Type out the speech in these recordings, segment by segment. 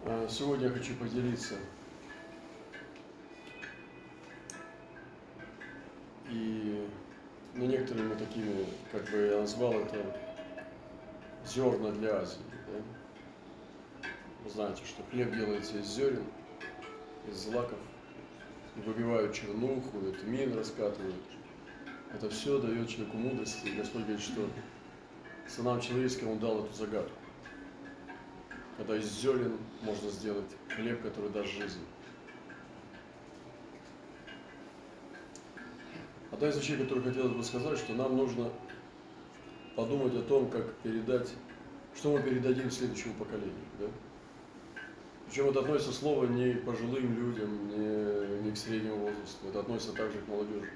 Сегодня я хочу поделиться некоторыми такими, как бы я назвал это, зерна для Азии. Да? Вы знаете, что хлеб делается из зерен, из злаков, и выбивают чернуху, тмин раскатывают. Это все дает человеку мудрости. И Господь говорит, что сынам человеческим Он дал эту загадку. Когда из зерен можно сделать хлеб, который даст жизнь. Одна из вещей, которую хотелось бы сказать, что нам нужно подумать о том, как передать, что мы передадим следующему поколению. Да? Причем это относится слово не к пожилым людям, не к среднему возрасту, это относится также к молодежи.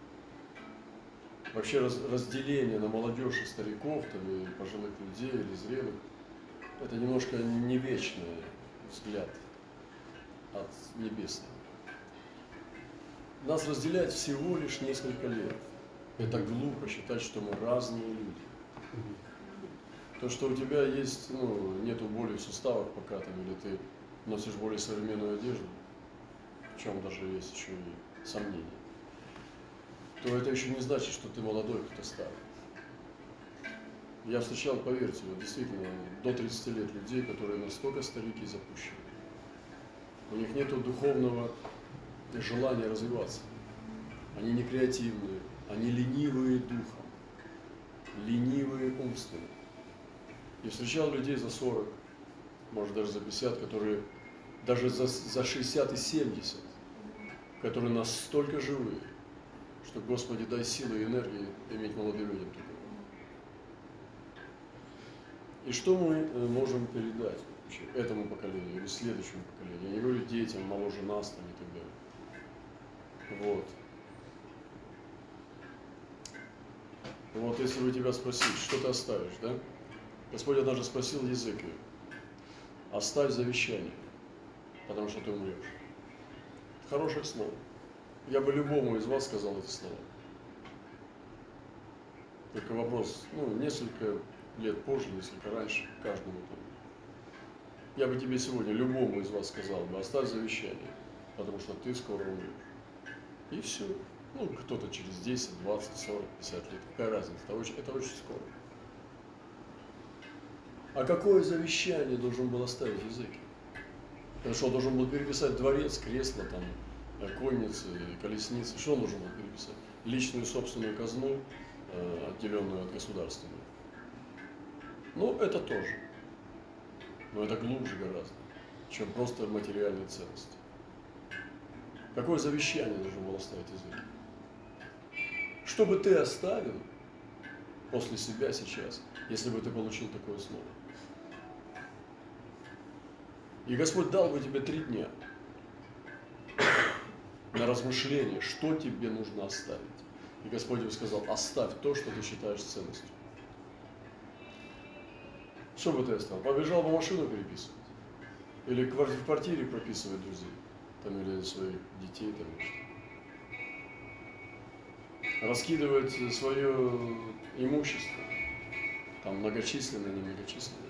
Вообще разделение на молодежь и стариков, там, и пожилых людей, или зрелых, это немножко не вечный взгляд от небесного. Нас разделяет всего лишь несколько лет. Это глупо считать, что мы разные люди. То, что у тебя есть, нету боли в суставах пока там, или ты носишь более современную одежду, в чем даже есть еще и сомнения, то это еще не значит, что ты молодой, кто-то старый. Я встречал, поверьте, действительно, до 30 лет людей, которые настолько старики и запущены. У них нет духовного желания развиваться. Они не креативные, они ленивые духом, ленивые умственно. И встречал людей за 40, может даже за 50, которые даже за 60 и 70, которые настолько живые, что, Господи, дай силы и энергии иметь молодым людям такого. И что мы можем передать вообще этому поколению или следующему поколению? Я не говорю детям, моложе нас там и так далее. Вот если бы тебя спросить, что ты оставишь, да? Господь однажды спросил Езекию: оставь завещание, потому что ты умрешь. Хорошее слово. Я бы любому из вас сказал эти слова. Только вопрос, несколько лет позже, несколько раньше, каждому там. Я бы тебе сегодня, любому из вас сказал бы: оставь завещание, потому что ты скоро умрешь. И все. Кто-то через 10, 20, 40, 50 лет. Какая разница? Это очень скоро. А какое завещание должен был оставить Езекия? Потому что он должен был переписать дворец, кресла, там, конницы, колесницы. Что он должен был переписать? Личную собственную казну, отделенную от государственной. Это тоже. Но это глубже гораздо, чем просто материальные ценности. Какое завещание должен был оставить Езекия? Что бы ты оставил после себя сейчас, если бы ты получил такое слово? И Господь дал бы тебе 3 дня на размышление, что тебе нужно оставить. И Господь тебе сказал: оставь то, что ты считаешь ценностью. Что бы ты оставил? Побежал бы машину переписывать? Или в квартире прописывать друзей? Там, или своих детей, там, или что? Раскидывать свое имущество, там, многочисленное, немногочисленное.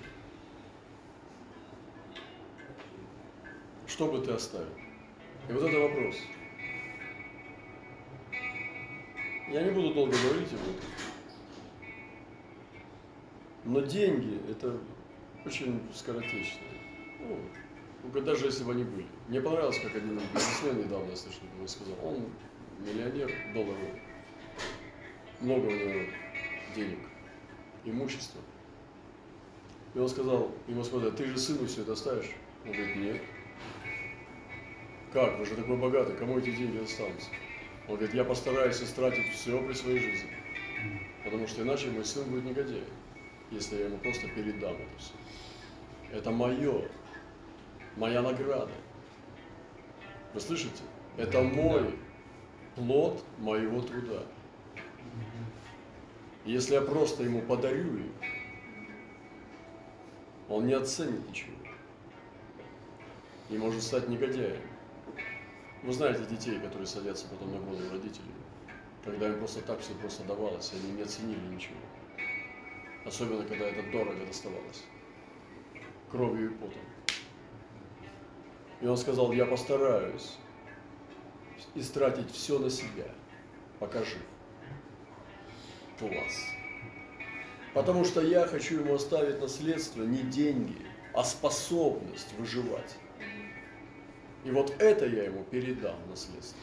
Что бы ты оставил? И вот это вопрос. Я не буду долго говорить об этом. Но деньги – это очень скоротечно. Даже если бы они были. Мне понравилось, как один бизнесмен недавно, я слышал, сказал, он миллионер долларовый. Много у него денег, имущества. И он сказал ему: Господи, ты же сыну все это оставишь? Он говорит: нет. Как? Вы же такой богатый, кому эти деньги останутся? Он говорит: я постараюсь истратить все при своей жизни, потому что иначе мой сын будет негодяй, если я ему просто передам это все. Это моя награда. Вы слышите? Это мой плод моего труда. Если я просто ему подарю их, он не оценит ничего и может стать негодяем. Вы знаете детей, которые садятся потом на голову родителей, когда им просто так все просто давалось, они не оценили ничего. Особенно, когда это дорого доставалось, кровью и потом. И он сказал, я постараюсь истратить все на себя, пока жив. Класс. Потому что я хочу ему оставить наследство не деньги, а способность выживать. И вот это я ему передам в наследство.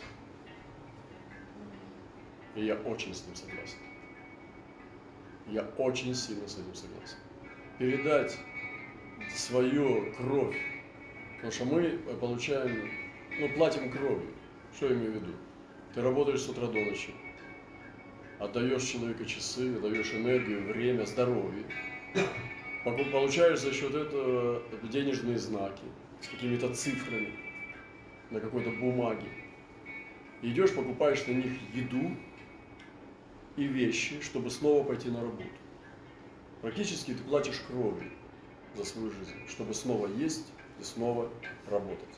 И я очень с ним согласен. Я очень сильно с этим согласен. Передать свою кровь. Потому что мы получаем, платим кровью. Что я имею в виду? Ты работаешь с утра до ночи. Отдаешь человеку часы, отдаешь энергию, время, здоровье. Получаешь за счет этого денежные знаки с какими-то цифрами на какой-то бумаге. Идешь, покупаешь на них еду и вещи, чтобы снова пойти на работу. Практически ты платишь кровью за свою жизнь, чтобы снова есть и снова работать.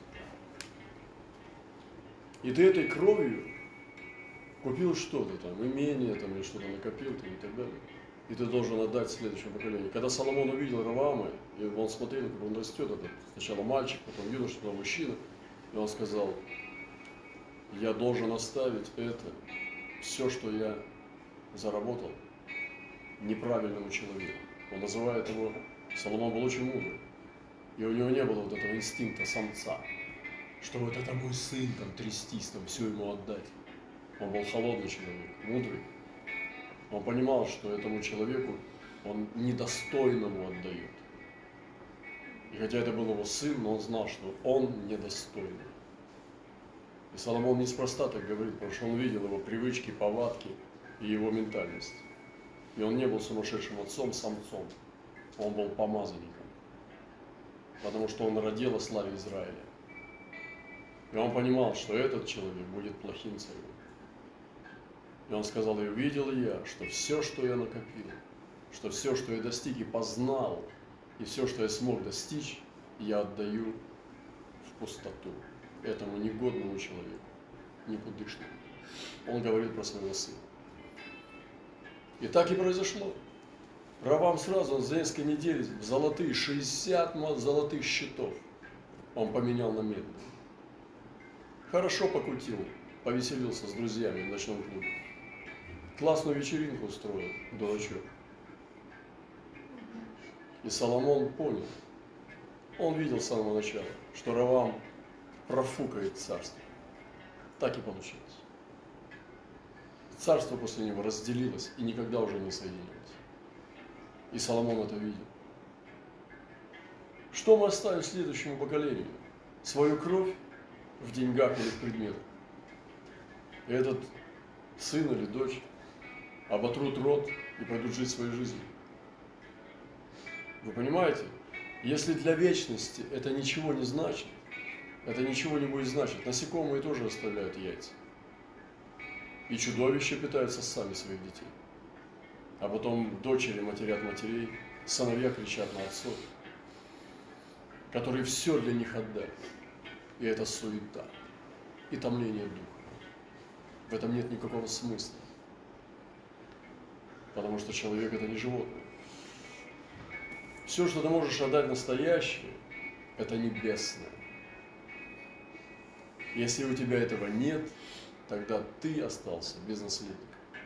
И ты этой кровью купил что-то там, имение там, или что-то накопил там, и так далее. И ты должен отдать следующему поколению. Когда Соломон увидел Ровоама, и он смотрел, как он растет, этот сначала мальчик, потом юноша, потом мужчина, и он сказал, я должен оставить это, все, что я заработал, неправильному человеку. Он называет его, Соломон был очень мудрый, и у него не было вот этого инстинкта самца, что вот это мой сын, там, трястись, там, все ему отдать. Он был холодный человек, мудрый. Он понимал, что этому человеку он недостойному отдает. И хотя это был его сын, но он знал, что он недостойный. И Соломон неспроста так говорит, потому что он видел его привычки, повадки и его ментальность. И он не был сумасшедшим отцом, самцом. Он был помазанником. Потому что он родил о славе Израиля. И он понимал, что этот человек будет плохим царем. И он сказал, и увидел я, что все, что я накопил, что все, что я достиг и познал, и все, что я смог достичь, я отдаю в пустоту этому негодному человеку, никудышному. Он говорил про своего сына. И так и произошло. Ровоам сразу, он за несколько недель золотые, 60 золотых счетов он поменял на медные. Хорошо покутил, повеселился с друзьями в ночном клубе. Классную вечеринку устроил, дурачок. И Соломон понял, он видел с самого начала, что Ровоам профукает царство. Так и получилось. Царство после него разделилось и никогда уже не соединилось. И Соломон это видел. Что мы оставим следующему поколению? Свою кровь в деньгах или в предметах. И этот сын или дочь оботрут рот и пойдут жить своей жизнью. Вы понимаете? Если для вечности это ничего не значит, это ничего не будет значить. Насекомые тоже оставляют яйца. И чудовища питаются сами своих детей. А потом дочери матерят матерей, сыновья кричат на отцов, которые все для них отдали. И это суета, и томление духа. В этом нет никакого смысла. Потому что человек – это не животное. Все, что ты можешь отдать настоящее, это небесное. Если у тебя этого нет, тогда ты остался без наследника.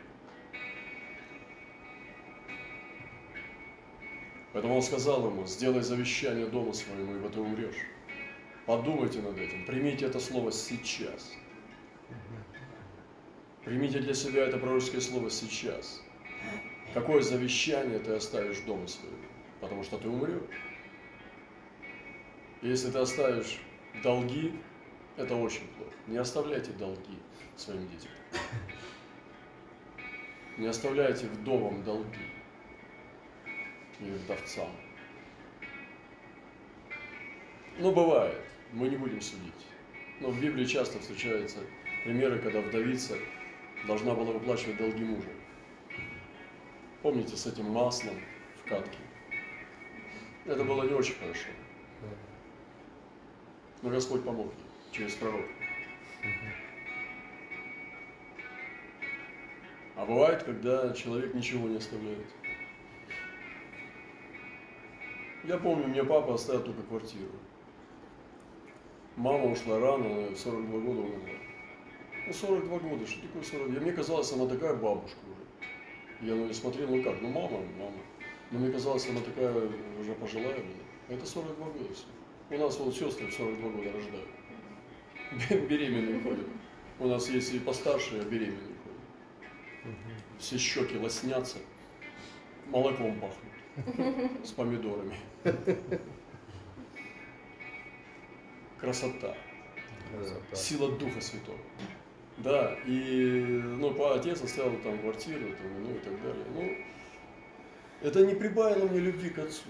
Поэтому он сказал ему, сделай завещание дому своему, ибо ты умрешь. Подумайте над этим, примите это слово сейчас. Примите для себя это пророческое слово сейчас. Какое завещание ты оставишь дому своему? Потому что ты умрешь. И если ты оставишь долги, это очень плохо. Не оставляйте долги своим детям. Не оставляйте вдовам долги. Или вдовцам. Бывает, мы не будем судить. Но в Библии часто встречаются примеры, когда вдовица должна была выплачивать долги мужа. Помните, с этим маслом в катке? Это было не очень хорошо. Но Господь помог ей через пророка. А бывает, когда человек ничего не оставляет. Я помню, мне папа оставил только квартиру. Мама ушла рано, она в 42 года умерла. Ну, 42 года, что такое 40? Мне казалось, она такая бабушка уже. Я на нее смотрел, ну как, ну мама. Но мне казалось, она такая уже пожилая была. Это 42 года все. У нас вот сестры в 42 года рождают. Беременные ходят. У нас есть и постарше, а беременные ходят. Все щеки лоснятся, молоком пахнут, с помидорами. Красота. Сила Духа Святого. Да, и отец оставил там квартиру, там, и так далее. Ну, это не прибавило мне любви к отцу.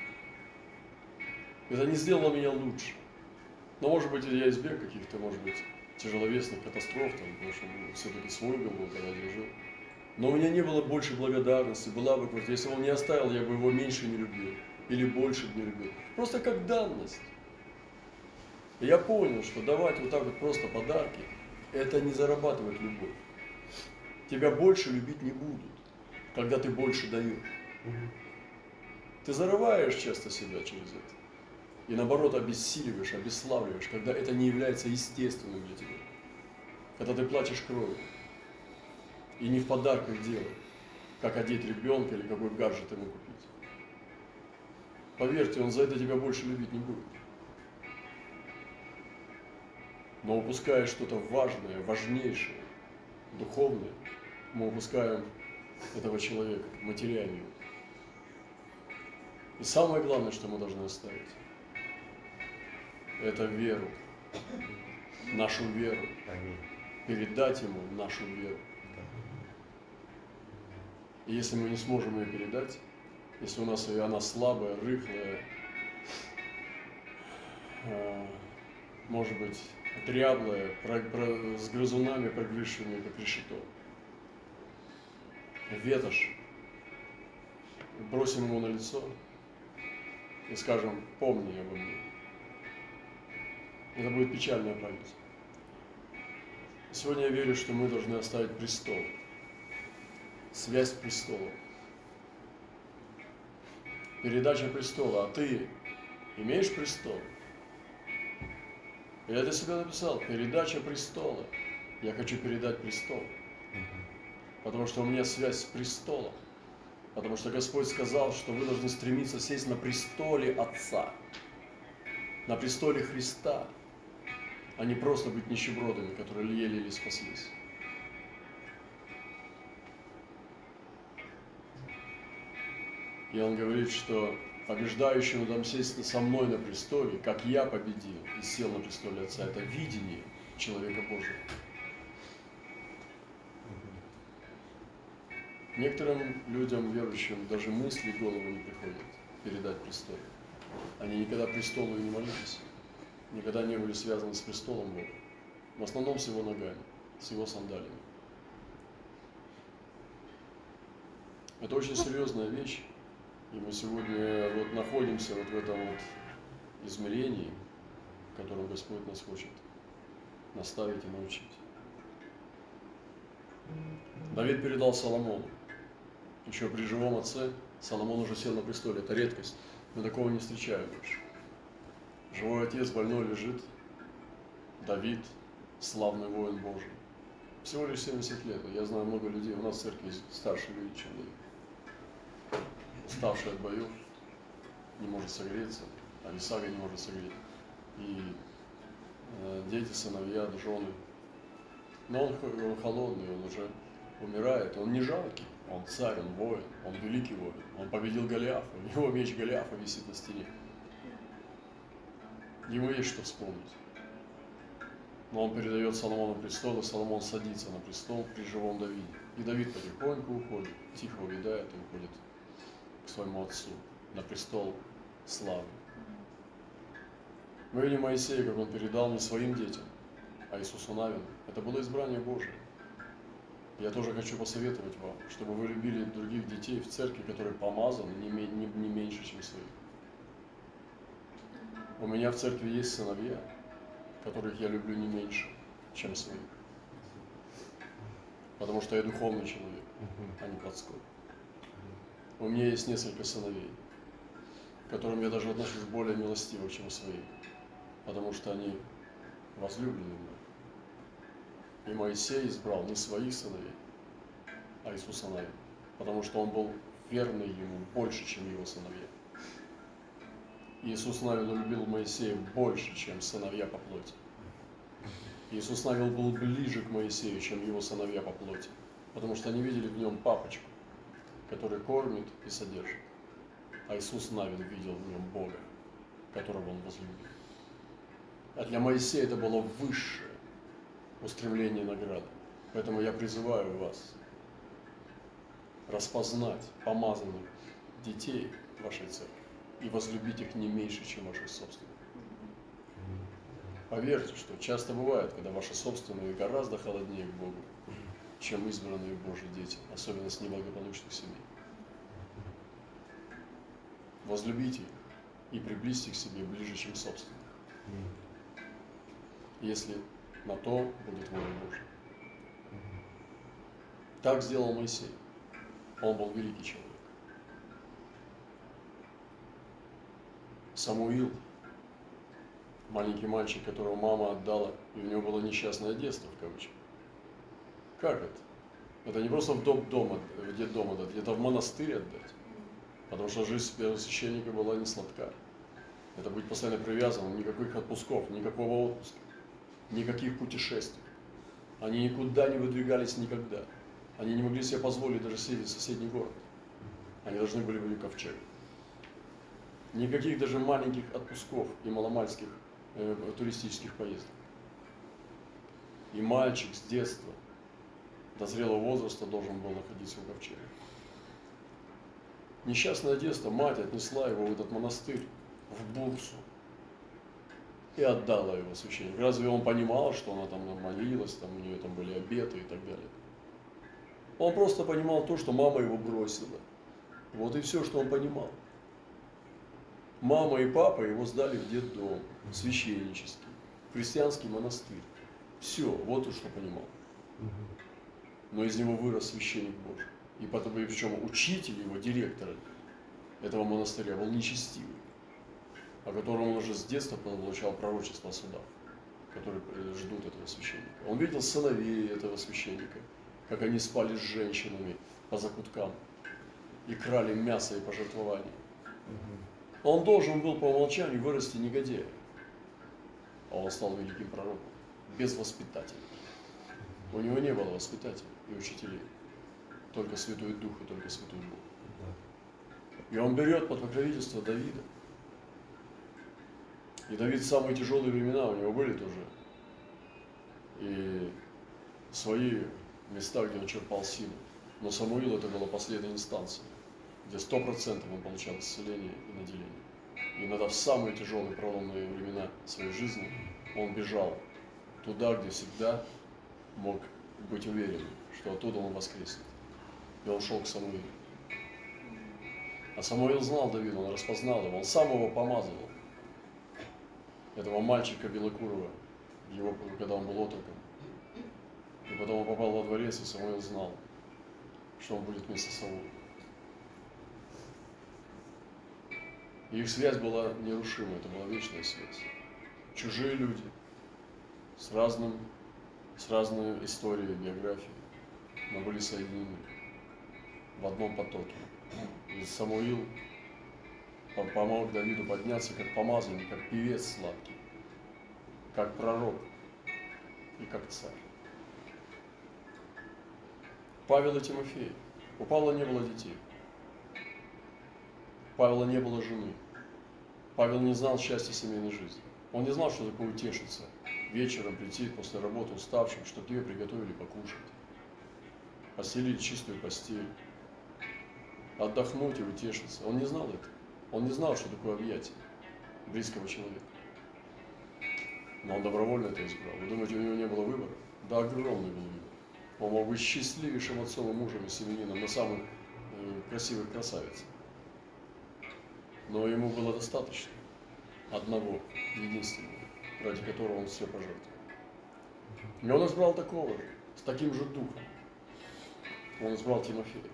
Это не сделало меня лучше. Но, может быть, я избег каких-то, может быть, тяжеловесных катастроф, там, потому что все-таки свой был, когда я жил. Но у меня не было больше благодарности, была бы квартира. Если бы он не оставил, я бы его меньше не любил. Или больше не любил. Просто как данность. И я понял, что давать вот так вот просто подарки, это не зарабатывать любовь. Тебя больше любить не будут, когда ты больше даешь. Ты зарываешь часто себя через это. И наоборот обессиливаешь, обесславливаешь, когда это не является естественным для тебя. Когда ты плачешь кровью. И не в подарках дело, как одеть ребенка или какой гаджет ему купить. Поверьте, он за это тебя больше любить не будет. Но упуская что-то важное, важнейшее, духовное, мы упускаем этого человека, материального. И самое главное, что мы должны оставить, это веру, нашу веру, передать ему нашу веру. И если мы не сможем ее передать, если у нас она слабая, рыхлая, может быть, дряблая, с грызунами прогрызшими, как решето, ветошь, бросим ему на лицо и скажем: помни обо мне. Это будет печальная память. Сегодня я верю, что мы должны оставить престол, связь с престолом, передача престола. А ты имеешь престол? Я для себя написал: передача престола. Я хочу передать престол, потому что у меня связь с престолом. Потому что Господь сказал, что вы должны стремиться сесть на престоле Отца, на престоле Христа, а не просто быть нищебродами, которые еле-еле спаслись. И Он говорит, что побеждающему дам сесть со мной на престоле, как я победил и сел на престоле Отца. Это видение человека Божьего. Некоторым людям, верующим, даже мысли в голову не приходят передать престол. Они никогда престолу и не молились, никогда не были связаны с престолом Бога. В основном с Его ногами, с Его сандалиями. Это очень серьезная вещь, и мы сегодня вот находимся вот в этом вот измерении, в котором Господь нас хочет наставить и научить. Давид передал Соломону. Еще при живом отце Соломон уже сел на престоле. Это редкость. Мы такого не встречаем больше. Живой отец, больной лежит. Давид, славный воин Божий. Всего лишь 70 лет. Я знаю много людей. У нас в церкви старше люди, чем Давид. Уставший от боев, не может согреться. Ависага не может согреть. И дети, сыновья, жены. Но он холодный, он уже умирает. Он не жалкий. Он царь, он воин, он великий воин. Он победил Голиафа. У него меч Голиафа висит на стене. Ему есть что вспомнить. Но он передает Соломону престол, и Соломон садится на престол при живом Давиде. И Давид потихоньку уходит, тихо увядает и уходит к своему отцу на престол славы. Мы видим Моисея, как он передал не своим детям, а Иисусу Навину. Это было избрание Божие. Я тоже хочу посоветовать вам, чтобы вы любили других детей в церкви, которые помазаны не меньше, чем своих. У меня в церкви есть сыновья, которых я люблю не меньше, чем своих. Потому что я духовный человек, а не плотской. У меня есть несколько сыновей, к которым я даже отношусь более милостиво, чем своим. потому что они возлюблены мной. И Моисей избрал не своих сыновей, а Иисуса Навина, потому что он был верный ему больше, чем его сыновья. Иисус Навин любил Моисея больше, чем сыновья по плоти. Иисус Навин был ближе к Моисею, чем его сыновья по плоти, потому что они видели в нем папочку, который кормит и содержит. А Иисус Навин видел в нем Бога, которого он возлюбил. А для Моисея это было высшее устремление награды. Поэтому я призываю вас распознать помазанных детей вашей церкви и возлюбить их не меньше, чем ваших собственных. Поверьте, что часто бывает, когда ваши собственные гораздо холоднее к Богу, чем избранные Божьи дети, особенно с неблагополучных семей. Возлюбите их и приблизьте к себе ближе, чем собственных, если на то будет воля Божья. Так сделал Моисей. Он был великий человек. Самуил, маленький мальчик, которого мама отдала, и у него было несчастное детство, в кавычках. Как это? Это не просто в детдом отдать, это в монастырь отдать. Потому что жизнь первосвященника была не сладка. Это быть постоянно привязанным, никаких отпусков, никакого отпуска, никаких путешествий. Они никуда не выдвигались никогда. Они не могли себе позволить даже съездить в соседний город. Они должны были быть в ковчеге. Никаких даже маленьких отпусков и маломальских туристических поездок. И мальчик с детства до зрелого возраста должен был находиться в ковчеге. Несчастное детство, мать отнесла его в этот монастырь, в Бурсу, и отдала его священнику. Разве он понимал, что она там молилась, там у нее там были обеты и так далее? Он просто понимал то, что мама его бросила. Вот и все, что он понимал. Мама и папа его сдали в детдом, священнический, христианский монастырь. Все, вот и что понимал. Но из него вырос священник Божий. И потом, причем учитель его, директор этого монастыря, был нечестивый, о котором он уже с детства получал пророчество о судах, которые ждут этого священника. Он видел сыновей этого священника, как они спали с женщинами по закуткам и крали мясо и пожертвования. Он должен был по умолчанию вырасти негодяем, а он стал великим пророком, без воспитателя. У него не было воспитателей и учителей, только Святой Дух и только Святой Бог. И он берет под покровительство Давида. И Давид в самые тяжелые времена, у него были тоже и свои места, где он черпал силу. Но Самуил это была последняя инстанция, где 100% он получал исцеление и наделение. И иногда в самые тяжелые проломные времена своей жизни он бежал туда, где всегда мог быть уверен, что оттуда он воскреснет. И он шел к Самуилу. А Самуил знал Давида, он распознал его, он сам его помазывал. Этого мальчика белокурого, когда он был отроком. И потом он попал во дворец, и Самуил знал, что он будет вместо Саула. И их связь была нерушимой, это была вечная связь. Чужие люди с разной историей, биографией, но были соединены в одном потоке. И Самуил помог Давиду подняться как помазанник, как певец сладкий, как пророк и как царь. Павел и Тимофей. У Павла не было детей. У Павла не было жены. Павел не знал счастья семейной жизни. Он не знал, что такое утешиться, вечером прийти после работы уставшим, чтобы тебе приготовили покушать, постелить чистую постель, отдохнуть и утешиться. Он не знал это. Он не знал, что такое объятие близкого человека. Но он добровольно это избрал. Вы думаете, у него не было выбора? Да, огромный был выбор. Он мог быть счастливейшим отцом и мужем и семьянином на самых красивых красавиц. Но ему было достаточно одного, единственного, ради которого он все пожертвовал. И он избрал такого же, с таким же духом. Он избрал Тимофея.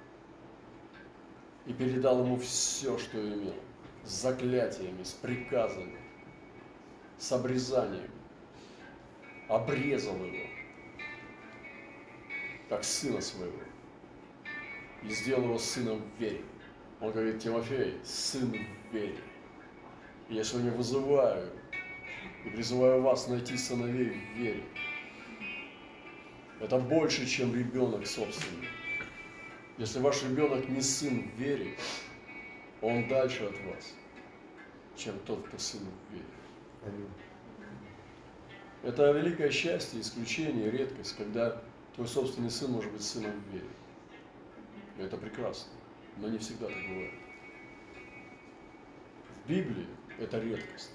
И передал ему все, что имел, с заклятиями, с приказами. с обрезанием, обрезал его, как сына своего, и сделал его сыном в вере. Он говорит: Тимофей, сын в вере. И я сегодня вызываю и призываю вас найти сыновей в вере. Это больше, чем ребенок собственный. Если ваш ребенок не сын в вере, он дальше от вас, чем тот, кто сын в вере. Это великое счастье, исключение, редкость, когда твой собственный сын может быть сыном в вере. И это прекрасно, но не всегда так бывает. В Библии это редкость.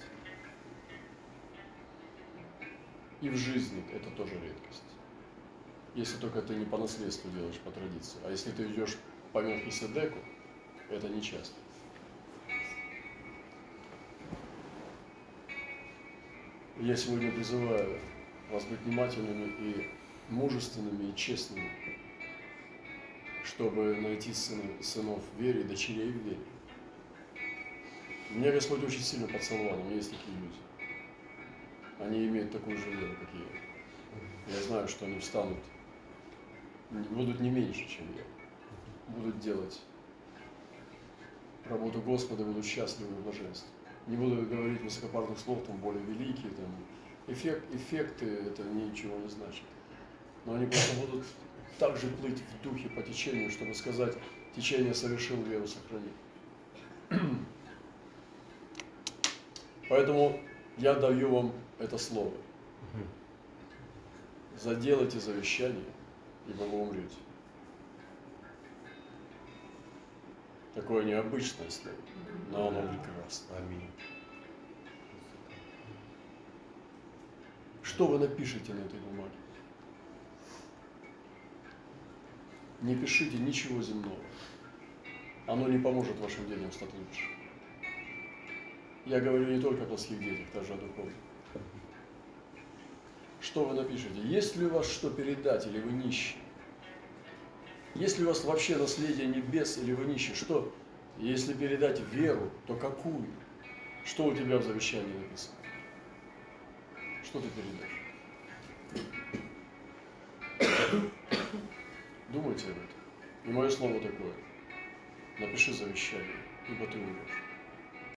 И в жизни это тоже редкость. Если только ты не по наследству делаешь, по традиции. А если ты идешь по Мелхиседеку, это нечасто. Я сегодня призываю вас быть внимательными и мужественными и честными, чтобы найти сынов в вере и дочерей в вере. Меня Господь очень сильно поцеловал, у меня есть такие люди. Они имеют такую же веру, как и я. Я знаю, что они встанут, будут не меньше, чем я. Будут делать работу Господа, будут счастливы в блаженстве. Не буду говорить высокопарных слов, там более великие, там эффекты, это ничего не значит. Но они просто будут так же плыть в духе по течению, чтобы сказать: течение совершил, веру сохранил. Поэтому я даю вам это слово. Заделайте завещание, ибо вы умрете. Такое необычное слово, но оно прекрасно. Аминь. Что вы напишете на этой бумаге? Не пишите ничего земного. Оно не поможет вашим детям стать лучше. Я говорю не только о плотских детях, даже о духовных. Что вы напишете? Есть ли у вас что передать, или вы нищие? Есть ли у вас вообще наследие небес, или вы нищие? Что? Если передать веру, то какую? Что у тебя в завещании написано? Что ты передашь? Думайте об этом. И мое слово такое: напиши завещание, ибо ты умрешь.